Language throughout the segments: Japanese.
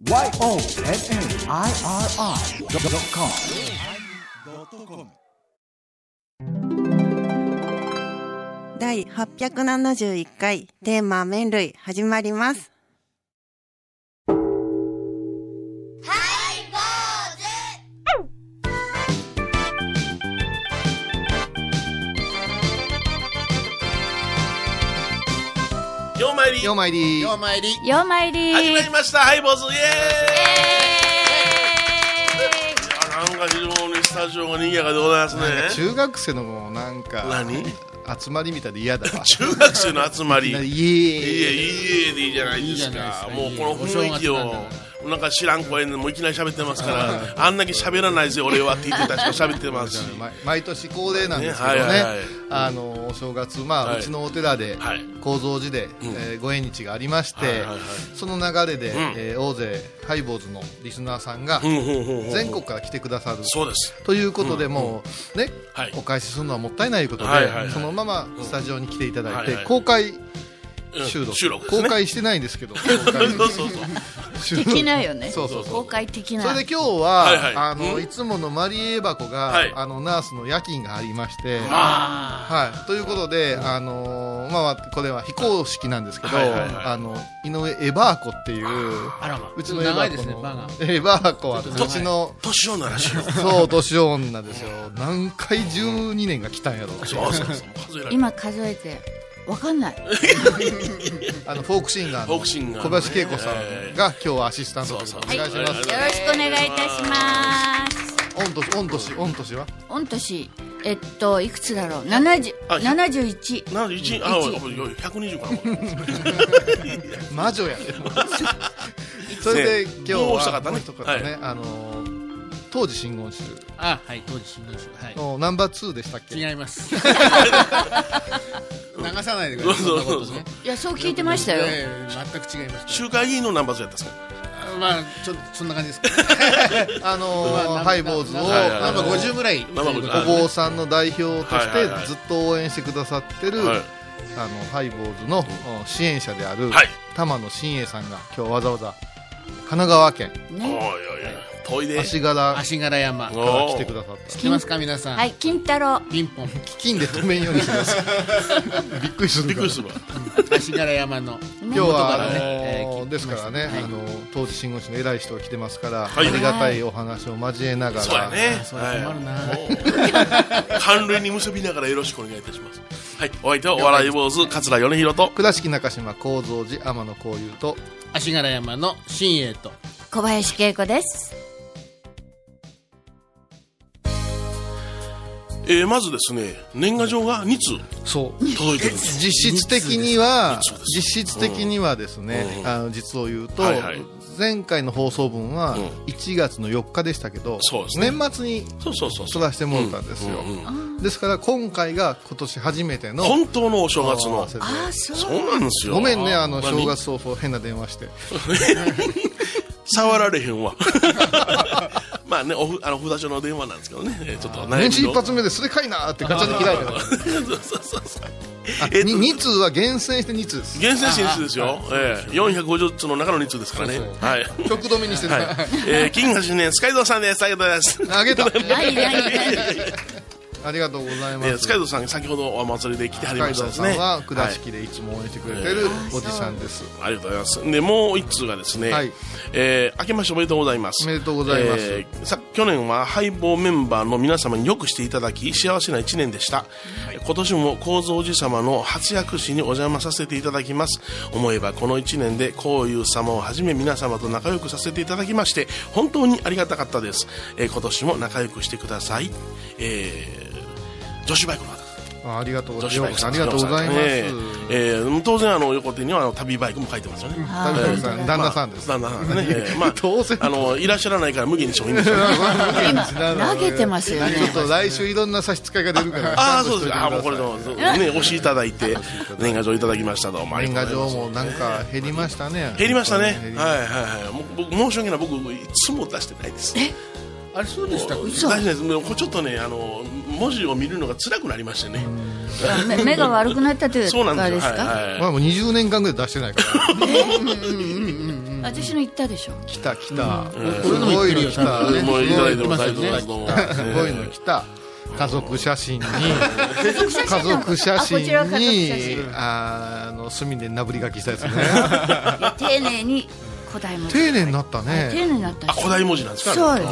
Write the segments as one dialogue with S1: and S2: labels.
S1: YONNIRI.com
S2: 第871回テーマ麺類始まります。
S3: ようまいり
S4: ようまいり
S5: ようまいり
S6: ようまいり
S3: 始まりました。ハイボーズイエーイ。なんか非常にスタジオが賑やかでございますね。
S4: 中学生のもうなんか
S3: 何
S4: 集まりみたいで嫌だわ。
S3: 中学生の集まり
S4: いえ
S3: いえでいいじゃないですか。もうこの雰囲気をなんか知らん声でもういきなり喋ってますからあんだけ喋らないぜ俺はって言ってた人喋ってますし
S4: 毎年恒例なんですけどね、お正月、うちのお寺で高蔵寺で、ご縁日がありまして、その流れで、大勢ハイボーズのリスナーさんが全国から来てくださる
S3: そうです
S4: ということで、もうね、お返しするのはもったいないことで、そのままスタジオに来ていただいて、公開収録公開してないんですけど、
S6: 的なよね。
S4: そう
S6: 公開的な。
S4: それで今日は、いつものマリエバコが、ナースの夜勤がありまして、ということで、これは非公式なんですけど、井上エバーコっていう、うちのエバーコのエバーコはうちの
S3: 年女らしいよ。
S4: そう年女ですよ。何回12年が来たんやろ。
S6: 今数えてわかんない。
S4: フォークシンガーの小林恵子さんが今日はアシスタントでお願いします。
S6: よろしくお願いいたします。
S4: 御年は？
S6: 御年いくつだろう。71。
S3: 71。120かな。
S4: 魔女やね。それで今日はもう一方ね、当時真言宗。
S5: 当時真言宗。
S4: のナンバー2でしたっけ？
S5: 違います。流さないでください。
S6: いや、そう聞いてましたよ。
S5: 全く違います。
S3: 集会議員のナンバー2やったんですか？
S5: ちょっとそんな感じですか。
S4: ハイボーズを
S5: ナンバー50ぐらい。
S4: お坊さんの代表としてずっと応援してくださってるハイボーズの支援者である玉野真栄さんが今日わざわざ神奈川県
S3: 遠いで
S4: 足柄
S5: 山
S4: から来てくださった。
S5: 知ってますか皆さん？
S6: はい、金太郎。
S5: ピンポン。
S4: 金で止めんようにしてください。びっくりするわ。
S5: 足柄山の
S4: 今日はですからね、当時真言宗の偉い人が来てますから、ありがたいお話を交えながら、
S3: そうやね。
S5: 困るな。
S3: 関連に結びながらよろしくお願いいたします。はい、お相手はお笑い坊主桂米宏と
S4: 倉敷中島高蔵寺天野幸雄と
S5: 足柄山の新栄と
S6: 小林恵子です。
S3: まずですね、年賀状が2通届いてるんです。
S4: 実質的にはですね、実を言うと、前回の放送分は1月の4日でしたけど、年末に撮らせてもらったんですよ。ですから今回が今年初めての
S3: 本当のお正月の。そうなんですよ。
S4: ごめんね、正月早々変な電話して
S3: 触られへんわ。まあね、札所の電話なんですけどね、ちょっと
S4: 年始一発目でそれかいなってガチャで嫌いだから。2通は厳選して2通です。
S3: 厳選して2通ですよ。450通の中の2通ですからね。
S4: 極止めにしてる。
S3: 金橋ね、スカイドーさんです。ありがとうございます。
S4: あげた。
S3: ありがとうございます。スカイドさん先ほどお祭りで来てはりましたですね。
S4: スカイドさんは倉敷でいつも応援してくれてるおじさんです。
S3: ありがとうございます。でもう一通がですね、明けましておめでとうございます。
S4: おめでとうございます。
S3: 去年はハイボーメンバーの皆様によくしていただき幸せな1年でした。今年も高蔵寺様の初薬師にお邪魔させていただきます。思えばこの1年で幸雄様をはじめ皆様と仲良くさせていただきまして本当にありがたかったです。今年も仲良くしてください。女子バイクの方
S4: ありがとうございます。当
S3: 然横手には旅バイクも書いてますよね。
S4: 旦那さんです。
S3: 旦那さんね。当然いらっしゃらないから無限にしてもいいんですよ。
S6: 投げてますよね。
S4: ちょっと来週いろんな差し支えが出るから。
S3: そうです。もうこれのね押しいただいて年賀状いただきました。どうも。
S4: 年賀状もなんか減りましたね。
S3: 減りましたね。僕申し訳ない。僕いつも出してないです。
S5: あれそうでした。
S3: 大事です。ちょっとね文字を見るのが辛くなりましてね。
S6: 目が悪くなったという
S3: そうなんです
S6: か。
S4: もう20年間ぐらい出してないから。
S6: 私の言ったでしょ。
S4: 来たすごい
S5: の来た。
S3: もういただいてますね。
S4: すごいの来た。家族写真に墨でなぶり書きしたやつね。
S6: 丁寧に古代文字。
S4: 丁寧になったね。
S6: 丁寧になった。
S3: 古代文字なんですか。
S6: そうです。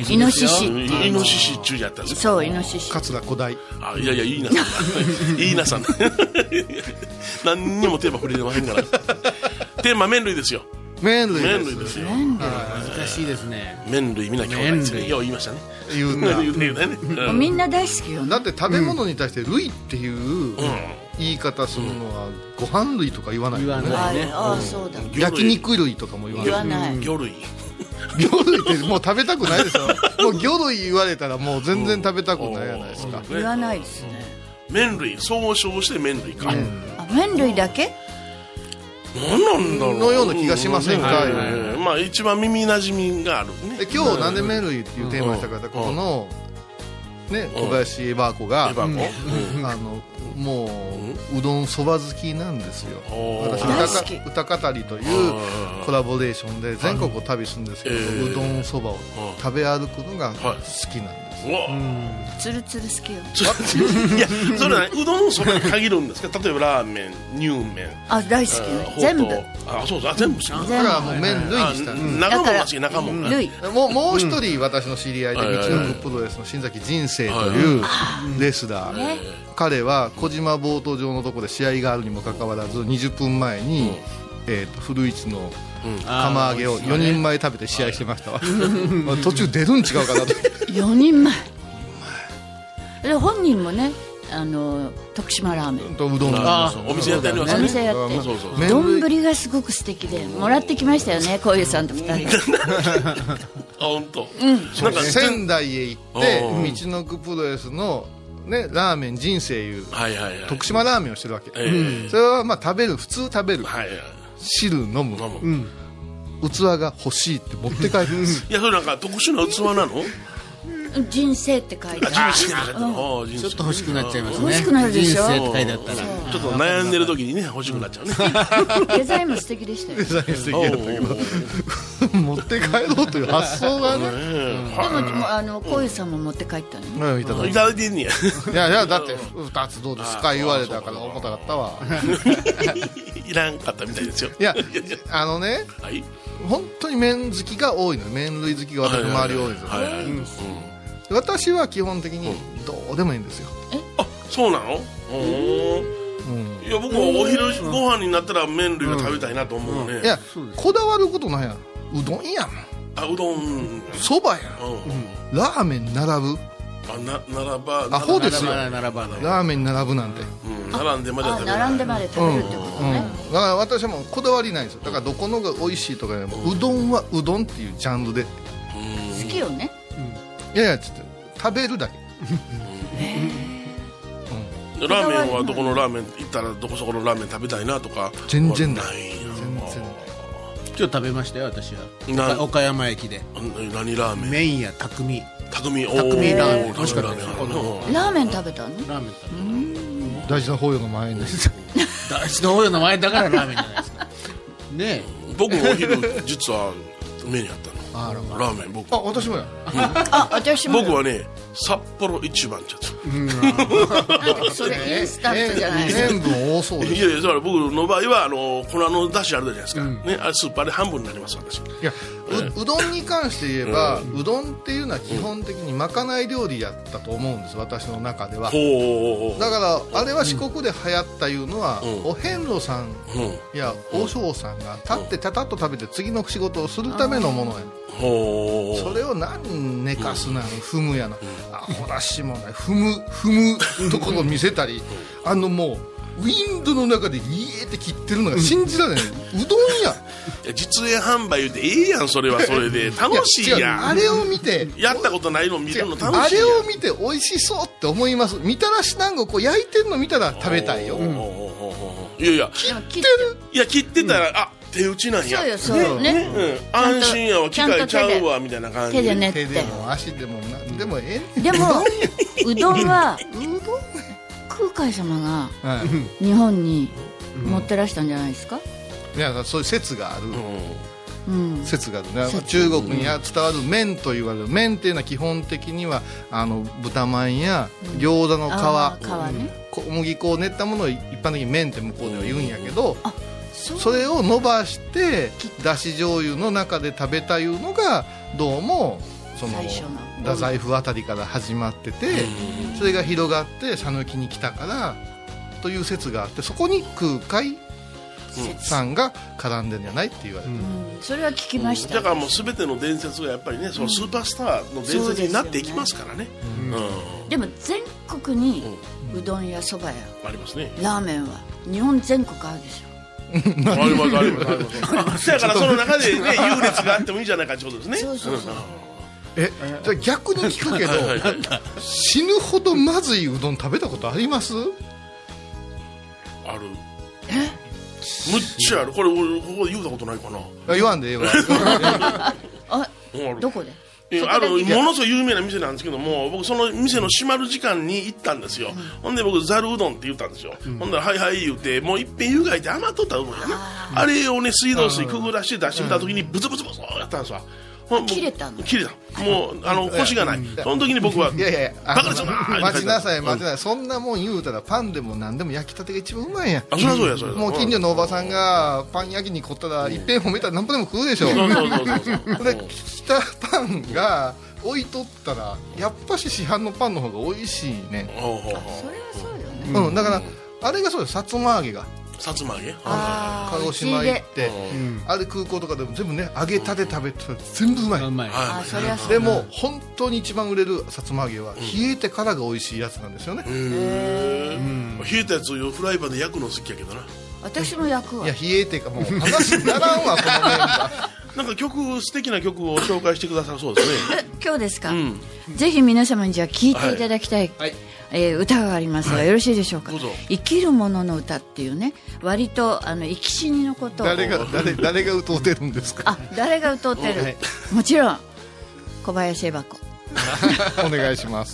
S6: イノシシ。
S3: イノシシ中やったんですか。
S6: そう、イノシシ。
S4: 桂古代。
S3: いやいいなさん何にもテーマ触れてませんから。テーマ麺類ですよ。
S4: 麺類ですよ。
S5: 難しいですね。
S3: 麺類みんな兄弟ですね。よう言いましたね。
S4: 言う
S6: ね。みんな大好きよね。
S4: だって食べ物に対して類っていう言い方するのはご飯類とか言わないよね。
S6: ああ、そうだ。
S4: 焼肉類とかも言わない。
S3: 魚類
S4: ってもう食べたくないですよ。もう魚類言われたらもう全然食べたくないじゃないですか。
S6: 言わないですね。
S3: 麺類、総称して麺類か。
S6: 麺類だけ？
S3: 何なんだろう
S4: のような気がしませんか。
S3: まあ一番耳なじみがあるね。
S4: 今日なんで麺類っていうテーマにしたかったこのね、小林エバーコがもううどんそば好きなんですよ。私歌語りというコラボレーションで全国を旅するんですけど、うどんそばを食べ歩くのが好きなんです。
S6: つるつる好きよ。
S3: いや、それはうどんそばに限るんですか。例えばラーメン、乳麺。
S6: 大好きよ。全部。
S3: そうそう、全部好き。
S4: だからもう麺類にしたん
S3: 中も好き、中も。
S4: もう一人私の知り合いで道のくプロレスの新崎人生というレスラー。彼は小島ボート場のところで試合があるにもかかわらず20分前に古市の釜揚げを4人前食べて試合してましたわ。途中出るん違うかなと。
S6: 4人前で本人もね、徳島ラーメン
S4: とうどん
S3: お店やってるわけね。
S6: お店やって丼がすごく素敵でもらってきましたよね、こういうさんと2人で。
S3: 本当。
S4: 仙台へ行って道のくプロレスのね、ラーメン人生いう徳島ラーメンをしてるわけ。それはまあ普通食べる汁飲む器が欲しいって持って帰るんです。
S3: いや、それなんか特殊な器なの。
S6: 人生って書いてある。
S5: ちょっと欲しくなっちゃいますね。
S6: 欲しくなるでしょ。
S5: 人生って書いてあったら
S3: ちょっと悩んでる時にね、欲しくなっちゃうね。
S6: デザインも素敵でしたよ。
S4: デザイン素敵だったけど持って帰ろうという発想がね。
S6: でもこういうさんも持って帰ったの。
S3: いただいてんね
S4: や。いやだって2つどうですか言われたから重たかったわ。
S3: いらんかったみたいですよ。
S4: いや本当に麺好きが多いの。麺類好きが私の周り多いですよ。私は基本的にどうでもいいんですよ。
S3: そうなの。いや、僕はお昼ご飯になったら麺類が食べたいなと思うね。
S4: いや、こだわることないやん。うどんやん。
S3: うどん
S4: そばやん。ラーメン並ぶ。
S3: 並ば
S4: アホですよ。ラーメン並ぶなんて。
S3: 並んでまで食べる。
S6: 並んでまで食べるってことね。
S4: だから私はもうこだわりないんですよ。だからどこのが美味しいとかよりもうどんはうどんっていうジャンルで
S6: 好きよね。
S4: いやちょっと食べるだけ。
S3: ラーメンはどこのラーメン行ったらどこそこのラーメン食べたいなとか
S4: 全然ない。
S5: 今日食べましたよ、私は。岡山駅で。
S3: 何ラーメン。
S5: 麺屋匠
S3: ラーメン。
S5: 美味しかったです。
S6: ラーメン食べたの。
S5: ラーメン食べ
S4: た。大事な法要の前に。
S5: 大事な法要の前だからラーメンじゃないですか。ね。
S3: 僕もお昼実は麺やったの。ラーメン僕。
S4: 私もや。
S6: 私も。
S3: 僕はね、札幌一番ちゃった。
S6: それインスタントじゃないですか。
S4: 塩分多そうです。
S3: いやいや、だから僕の場合は粉のだしあるじゃないですか。ね、あれスーパーで半分になります私。い
S4: や、うどんに関して言えば、うどんっていうのは基本的にまかない料理やったと思うんです、私の中では。だからあれは四国で流行ったいうのは、お遍路さんや和尚さんが立ってたたっと食べて次の仕事をするためのものや。それを何寝かすなの、踏むやな、ほらしもない、踏むところ見せたり、もうウィンドの中でイエーって切ってるのが信じられない。うどんや。
S3: 実演販売言うてええやん、それはそれで楽しいやん。
S4: あれを見て
S3: やったことないの見るの楽しいやん。
S4: あれを見て美味しそうって思います。みたらし団子こう焼いてるの見たら食べたいよ。
S3: いやいや
S4: 切ってる。
S3: いや切ってたら、手打ちなんや。
S6: そうね。
S3: 安心やわ、機械ちゃうわみたいな感じ。
S6: 手で練って。
S4: 手でも足でも何でもええ。
S6: でもうどんは空海様が日本に持ってらしたんじゃないですか。
S4: いやそういう説がある、説があるね。中国に伝わる麺と言われる麺っていうのは基本的には豚まんや餃子の皮、小麦粉を練ったものを一般的に麺って向こうでは言うんやけど、それを伸ばしてだし醤油の中で食べたいうのがどうもその太宰府あたりから始まってて、それが広がって讃岐に来たからという説があって、そこに空海さんが絡んでるんじゃないって言われてる、
S6: それは聞きました。
S3: だからもう全ての伝説がやっぱりね、そのスーパースターの伝説になっていきますからね。
S6: でも全国にうどんやそばや
S3: ありますね。
S6: ラーメンは日本全国あるでしょ。
S3: ありますありますだからその中でね優劣があってもいいじゃないかってことですね。
S6: そうそうそう。
S4: じゃあ逆に聞くけど死ぬほどまずいうどん食べたことあります？
S3: ある。むっちゃある。これ俺ここで言うたことないかな。
S4: 言わんでええわ。
S6: どこで？
S3: あるものすごい有名な店なんですけども、僕その店の閉まる時間に行ったんですよ。ほんで僕ざるうどんって言ったんですよ。ほんだらはいはい言うて、もういっぺん湯がいて余っとったうどんやな。あれをね水道水くぐらして出してみた時にブツブツブツやったんですわ。
S6: 切れたの？
S3: 切れた。もう腰がない。その時に僕はバカですよな。
S4: 待ちなさい待ちなさい。そんなもん言うたらパンでも何でも焼きたてが一番うまいやん。
S3: そりゃそうやそれ。
S4: もう近所のおばさんがパン焼きに凝ったらいっぺん褒めたら何歩でも食うでしょ。
S3: そう
S4: で来たパンが置いとったらやっぱし市販のパンの方が美味しいね。
S6: それはそうよね。
S4: だからあれがそうです。さつま揚げが
S3: さつま揚げ、
S4: 鹿児島行ってあれ空港とかでも全部ね揚げたて食べたら全部うまい。でも本当に一番売れるさつま揚げは冷えてからが美味しいやつなんですよね。
S3: 冷えたやつをフライパンで焼くの好きやけどな。
S6: 私も焼くわ。
S4: いや冷えてかもう話にならんわこのメンバー。
S3: なんか素敵な曲を紹介してくださるそうですね。
S6: 今日ですか？ぜひ皆様にじゃあ聴いていただきたい歌がありますがよろしいでしょうか？生きるものの歌っていうね、割と生き死にのことを
S4: 誰が歌うてるんですか？
S6: 誰が歌うてる？もちろん小林恵子
S4: お願いします。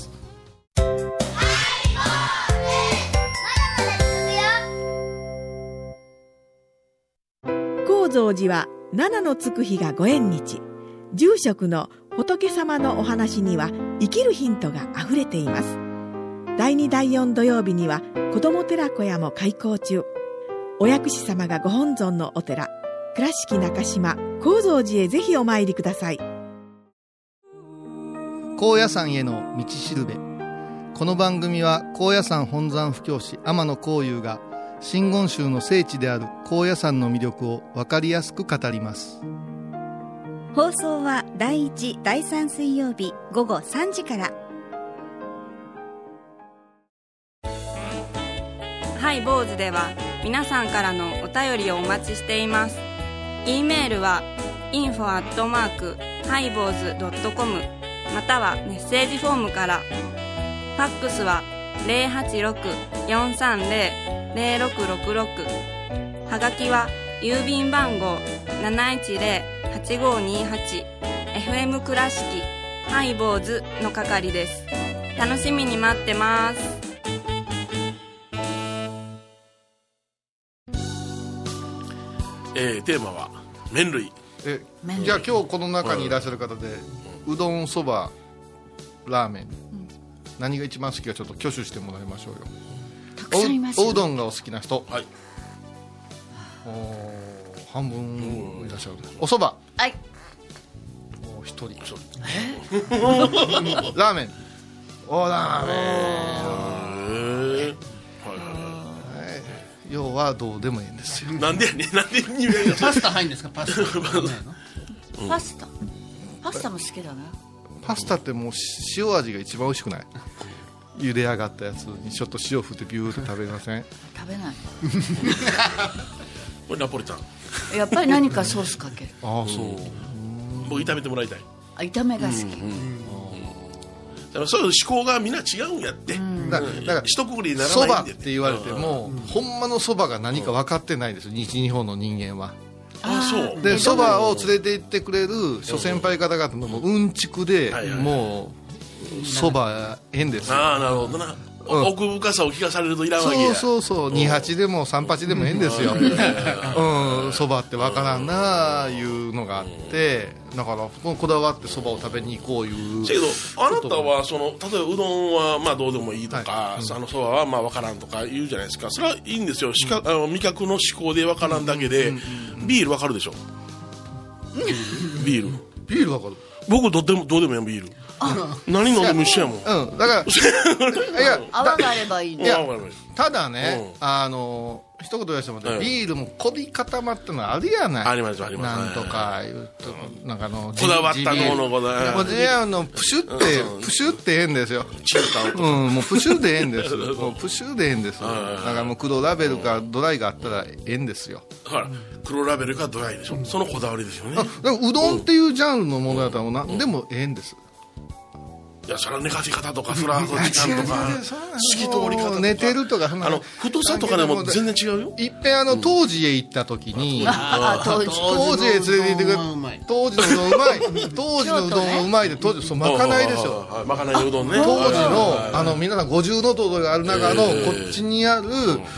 S1: 高蔵寺は七のつく日がご縁日。住職の仏様のお話には生きるヒントがあふれています。第2第4土曜日には子ども寺小屋も開校中。お薬師様がご本尊のお寺倉敷中島・高蔵寺へぜひお参りください。
S4: 高野山への道しるべ。この番組は高野山本山布教師天野幸雄が真言宗の聖地である高野山の魅力を分かりやすく語ります。
S7: 放送は第1、第3水曜日午後3時から。
S8: ハイボーズでは皆さんからのお便りをお待ちしています。 E メールは info@highboz.com またはメッセージフォームから。ファックスは 086-430-0666 はがきは郵便番号 710-8528 FM 倉敷ハイボーズの係です。楽しみに待ってます。
S3: テーマは麺類。
S4: じゃあ今日この中にいらっしゃる方で、うどん、そば、ラーメン、何が一番好きかちょっと挙手してもらいましょうよ。
S6: たくさんいますよ。
S4: おうどんがお好きな人、
S3: はい、
S4: 半分いらっしゃる。おそば、
S6: はい、
S4: もう一人。ラーメン、ラーメン、要はどうでもいいんですよ。
S3: なんでやねん、なんで
S5: パスタ入るんですか？パスタ
S6: パスタも好きだな。
S4: パスタってもう塩味が一番美味しくない？茹で上がったやつにちょっと塩振ってビューって食べません？
S6: 食べない。
S3: これナポリタン。
S6: やっぱり何かソースかける。
S4: ああ、そう。
S3: 僕炒めてもらいたい。
S6: 炒めが好き。
S3: だからそういう思考がみんな違うんやって。
S4: だから
S3: 一括りにならないんで。
S4: そばって言われても、ほんまのそばが何か分かってないんですよ、西日本の人間は。
S3: そう
S4: でそばを連れて行ってくれる諸先輩方々もうんちくで、もうそば変ですよ。
S3: ああ、なるほどな。 奥深さを聞かされるといらんわけや。
S4: そう28でも38でもええんですよ。そばってわからんなあいうのがあって、だからこだわってそばを食べに行こういう。
S3: けどあなたは例えばうどんはまあどうでもいいとか、そばはまあわからんとか言うじゃないですか。それはいいんですよ。味覚の思考でわからんだけで、ビールわかるでしょ。ビー
S4: ルわかる。
S3: 僕どうでもいいビール。何飲んでも一緒やもん。
S6: だから泡があればいいね。
S4: ただね、一言言わせてもらって、ビールも凝り固まったのあるやない。
S3: あります。
S4: なんとか言うと、なんか
S3: こだわったもの
S4: プシュってええんですよ。もうプシュでええんです。もうプシュでええんです。だからもう黒ラベルかドライがあったらええんですよ。
S3: ほら、黒ラベルかドライでしょ。そのこだわりですよね。
S4: うどんっていうジャンルのものだったら何でもええんです。
S3: いや、それは寝かし方とかフラワーの時間とか透き通り方とか
S4: 寝てるとか
S3: 太さとかでも全然違うよ。
S4: いっぺん当時へ行った時に当時へ連れて行ってくれ、当時のうどんうまい、当時のうどんはうまいで、当時まかないですよ。
S3: まかないのうどんね。
S4: 当時の皆さん50の道がある中のこっちにある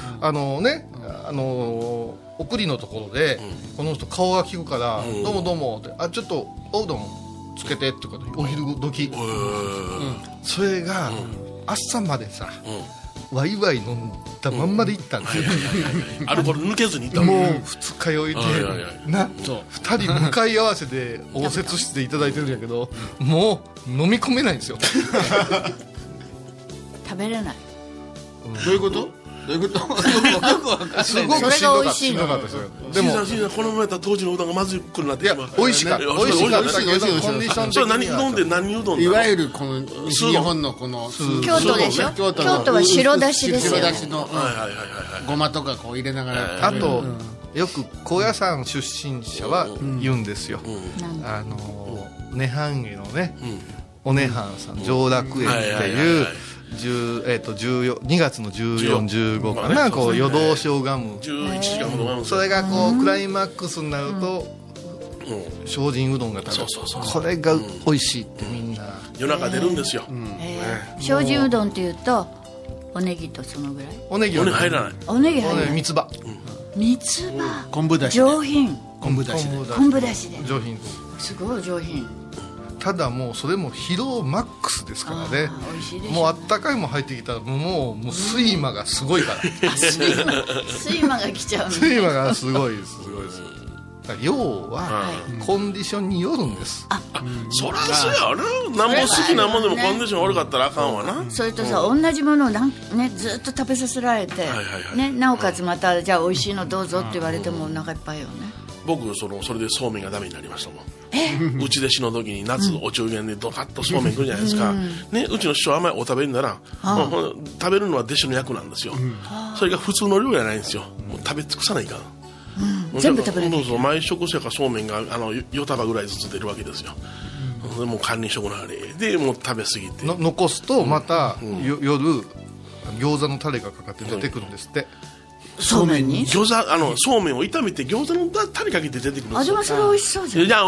S4: 送りのところでこの人顔が利くから「どうもどうも」って「ちょっとおうどんつけて」ってことでお昼時、それが朝までさワイワイ飲んだまんまで行ったんですよ。
S3: アルコール抜けずに行った
S4: もう二日酔いで2人向かい合わせで応接していただいてるんやけど、もう飲み込めないんですよ。
S6: 食べれない。
S5: どういうこと？どういうこと？
S4: すごくしんどかったですよ。
S3: でもこのままやったら当時のうどんがまずくなってしまう。
S4: 美味しかったけどコンディション的に
S3: 何うどんで何うどん？
S5: いわゆるこの西日本のこの
S6: 京都でしょ。京都は白だしですよ。
S5: 白だしのごまとかこう入れながら。
S4: あとよく高野山出身者は言うんですよ。涅槃家のねお涅槃さん上楽園っていう2月の14、15かな、こう夜通し拝む
S3: 11時間ほど拝む。
S4: それがこうクライマックスになると精進うどんが食べる。これが美味しいってみんな
S3: 夜中出るんですよ。
S6: 精進うどんっていうとおネギとそのぐらい。
S3: おネギ入らない。
S6: おネギ入らない。
S4: 三つ葉
S5: 昆布だし
S6: 上品。
S5: 昆布だし
S6: で
S4: 上品。
S6: すごい上品。
S4: ただもうそれも疲労マックスですからね。もうあったかいも入ってきたらもう睡魔がすごいから。
S6: 睡魔が来ちゃう。
S4: 睡魔がすごいです。要はコンディションによるんです。
S3: そりゃそうやな。なんも好きなもんでもコンディション悪かったらあかんわな。
S6: それとさ、同じものをずっと食べさせられてなおかつまたじゃあ美味しいのどうぞって言われてもお腹いっぱいよね。
S3: 僕それでそうめんがダメになりましたもん。うち弟子の時に夏お中元でドカッとそうめん来るじゃないですか。うちの師匠甘いお食べるなら食べるのは弟子の役なんですよ。それが普通の量じゃないんですよ。もう食べ尽くさないかん。
S6: 全部食べれる。
S3: 毎食せかそうめんが4束ぐらいずつ出るわけですよ。でもう管理食のあれでもう食べ過ぎて
S4: 残すとまた夜餃子のタレがかかって出てくるんですって。
S6: そうめんに
S3: そうめんを炒めて餃子のタレかけて出てくるんですよ。
S6: でもそれ美味しそうじゃん。いや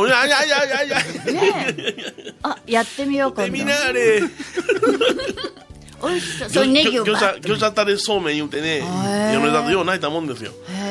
S6: やってみよう。
S3: みんなあれ
S6: 美味しそう。それネギを
S3: 餃子タレそうめん言うてね、米田とよう泣いたもんですよ。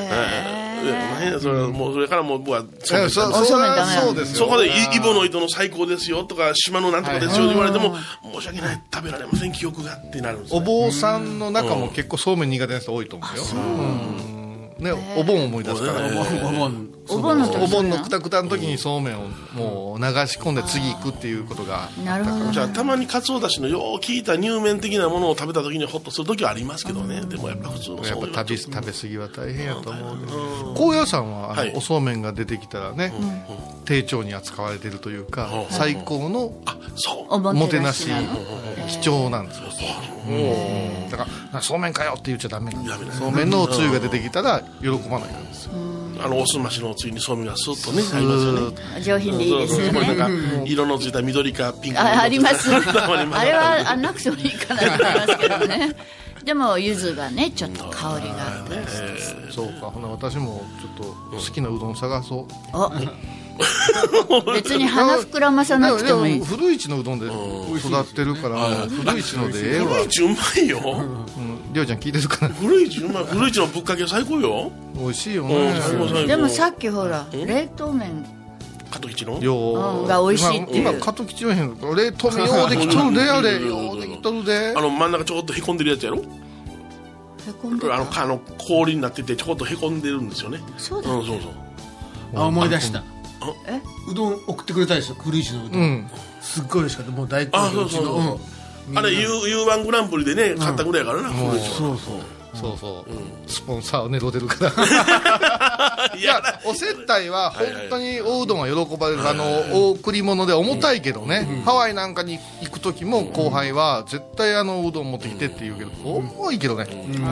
S3: それからもう僕はそこでイボの糸の最高ですよとか島のなんとかですよと言われても申し訳ない、食べられません、記憶がってなるんです。
S4: お坊さんの中も結構そうめん苦手な人多いと思うよ。お盆思い出すから。お盆のくたくたの時にそうめんをもう流し込んで次行くっていうことが。
S6: なるほど。
S3: じゃあたまにかつおだしのよう効いた乳麺的なものを食べた時にホッとする時はありますけどね。でもやっぱ普通の
S4: やっぱ食べ過ぎは大変やと思うけど、高野山はおそうめんが出てきたらね丁重に扱われているというか最高のもてなし貴重なんですよ。だからそうめんかよって言っちゃダメなんです。そうめんのおつゆが出てきたら喜ばないんですよ。
S3: おすましのおつゆにそうめんがスッとねありますよね。
S6: 上品でいいですよね。
S3: 色のついた緑かピンク
S6: あります。あれはなくてもいいかなと思いますけどね。 でも柚子がねちょっと香りがあって、
S4: そうか。ほな私もちょっと好きなうどん探そう。
S6: 別に鼻膨らまさなくてもいい。
S4: 古市のうどんで育ってるから古市のでええわ。
S3: 古市うまいよ。
S4: りょうちゃん聞いてるかな。
S3: 古市うまい。古市のぶっかけ最高よ。
S4: 美味しいよね。
S6: でもさっきほら冷凍麺
S3: 加藤吉の
S6: が美味しいっていう。
S4: 今加藤吉の辺冷凍麺ようできとるであれ。ようできとるで。
S3: 真ん中ちょこっとへこんでるやつやろ。
S6: へこんでる。
S3: 氷になっててちょこっとへこんでるんですよね。
S6: そうだ。
S3: そうそう。
S5: 思い出した。うどん送ってくれたですよ、古市のうどん。すっごい美味しかった。もう大好評の。
S3: あれ U1 グランプリでね買ったぐらいやからな。
S4: そうそう、スポンサーをねろてるからいやお接待は本当におうどんは喜ばれる、贈り物で重たいけどね、ハワイなんかに行く時も後輩は絶対うどん持ってきてって言うけど、重いけどね、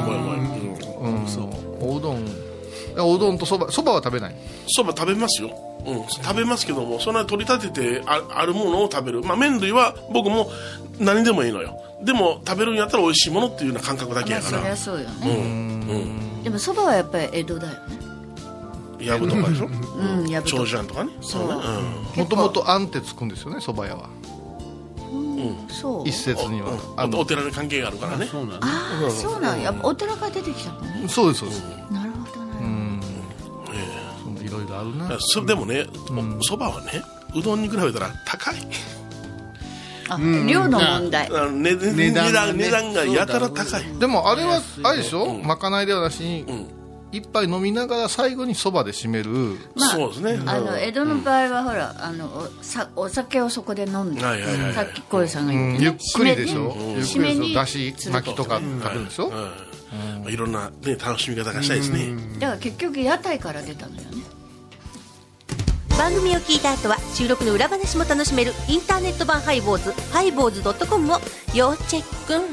S4: おうどんとそばは食べない？
S3: そば食べますよ、食べますけども、そんな取り立ててあるものを食べる、麺類は僕も何でもいいのよ。でも食べるんやったら美味しいものっていうような感覚だけやから。
S6: そりゃそうよね。でもそばはやっぱり江戸だよね。
S3: やぶとかでしょ。長寿庵とかね。
S6: そう。
S4: もともとあんってつくんですよね、そば屋は。
S6: そう。
S4: 一説には
S3: お寺に関係があるからね。
S6: そうなんやっぱお寺から出てきたのね。
S4: そうですそうです。
S6: なるほどね。
S4: いろいろあるな。
S3: でもね、そばはねうどんに比べたら高い。
S6: 量の問題。
S3: 値段がやたら高い。
S4: でもあれはあれでしょ、まかないではなしに一杯飲みながら最後にそばで締める。
S3: そうですね。
S6: 江戸の場合はほらお酒をそこで飲んで、さっき小遊さんが言って
S4: ゆっくりでしょ。ゆっくりでしょ。だし巻きとか食べるでしょ。
S3: いろんな楽しみ方がしたいですね。
S6: だから結局屋台から出たのよね。
S9: 番組を聞いた後は収録の裏話も楽しめるインターネット版ハイボーズ、ハイボーズ.com を要チェック。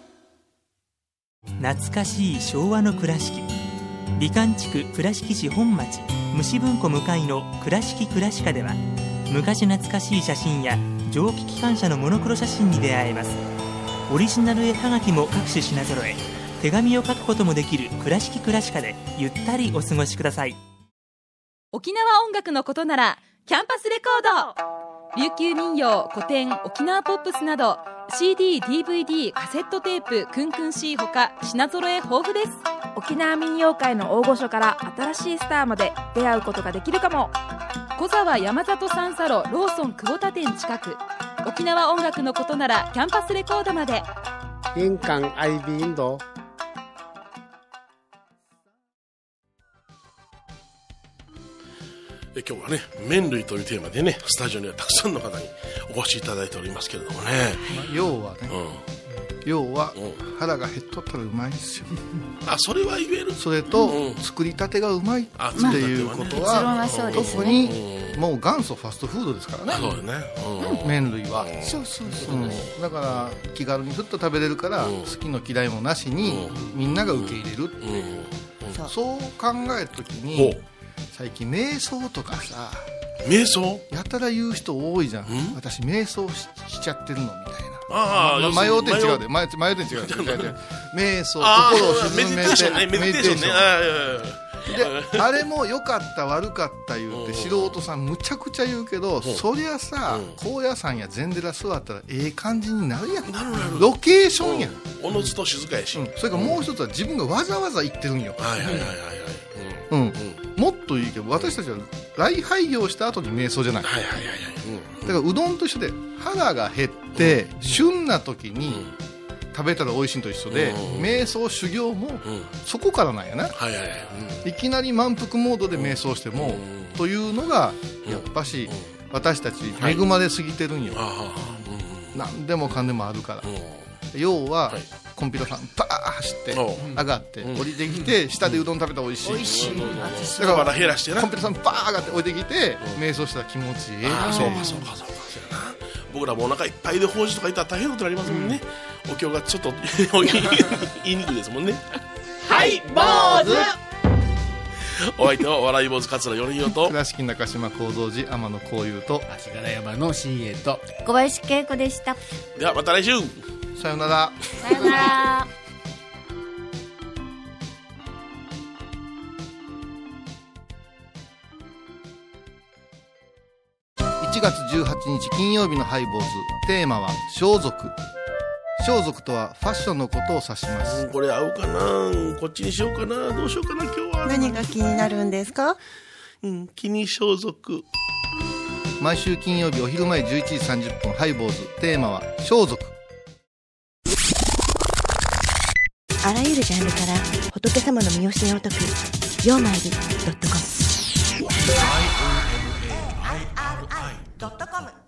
S10: 懐かしい昭和の倉敷、美観地区倉敷市本町虫文庫向かいの倉敷倉歯科では、昔懐かしい写真や蒸気機関車のモノクロ写真に出会えます。オリジナル絵はがきも各種品揃え、手紙を書くこともできる倉敷倉歯科でゆったりお過ごしください。
S11: 沖縄音楽のことならキャンパスレコード、琉球民謡、古典、沖縄ポップスなど CD、DVD、カセットテープ、クンクン C ほか品揃え豊富です。
S12: 沖縄民謡界の大御所から新しいスターまで出会うことができるかも。
S11: 小沢山里三佐路ローソン久保田店近く。沖縄音楽のことならキャンパスレコードまで。
S13: 印港 IB インド。
S3: 今日はね麺類というテーマでねスタジオにはたくさんの方にお越しいただいておりますけれどもね、
S4: 要はね、要は腹が減っとったらうまいんですよ。
S3: それは言える。
S4: それと、作りたてがうまいっていうことは、特にもう元祖ファストフードですからね。
S3: そうね、
S4: 麺類は。
S6: そう、
S4: だから気軽にふっと食べれるから、好きの嫌いもなしにみんなが受け入れるっていう、そう考えた時に最近瞑想とかさ、
S3: 瞑想
S4: やたら言う人多いじゃん。私瞑想 しちゃってるのみたいな。迷うて違うで、迷うて違う。瞑想、心を沈めてメディテーションね。であれも良かった悪かった言うて素人さんむちゃくちゃ言うけど、そりゃさ、高野山や禅寺座ったらええ感じになるやん。ロケーションやん。
S3: おのずと静かやし、
S4: それからもう一つは自分がわざわざ行ってるんよ。もっといいけど、私たちは礼拝業した後に瞑想じゃない。だからうどんと一緒で、腹が減って旬な時に食べたら美味しいと一緒で、瞑想修行もそこからなんやな。いきなり満腹モードで瞑想してもというのがやっぱし私たち恵まれすぎてるんよ。何でもかんでもあるから。要はコンピューターさんパー走って上がって降りてきて、下でうどん食べたら美味しい。
S3: だから減らしてな、
S4: コンピューターさんパー上がって降りてきて瞑想したら気持ちいい。
S3: そうか。僕らもお腹いっぱいで法事とかいったら大変なことになりますもんね。お経がちょっと言いにくいですもんね。
S5: はい坊主。
S3: お相手は笑い坊主桂米宏と
S4: 倉敷中島幸三寺天野幸雄と
S5: 足柄山の新栄と
S6: 小林恵子でした。
S3: ではまた来週。
S4: さよなら。
S6: さよなら。
S4: 1月18日金曜日のハイボーズ、テーマは装束。装束とはファッションのことを指します。
S3: これ合うかな、こっちにしようかな、どうしようかな今日は。
S2: 何が気になるんですか？
S3: 気に装束。
S4: 毎週金曜日お昼前11時30分ハイボーズ、テーマは装束。
S14: あらゆるジャンルから仏様の身教えを解く曜マイル.com。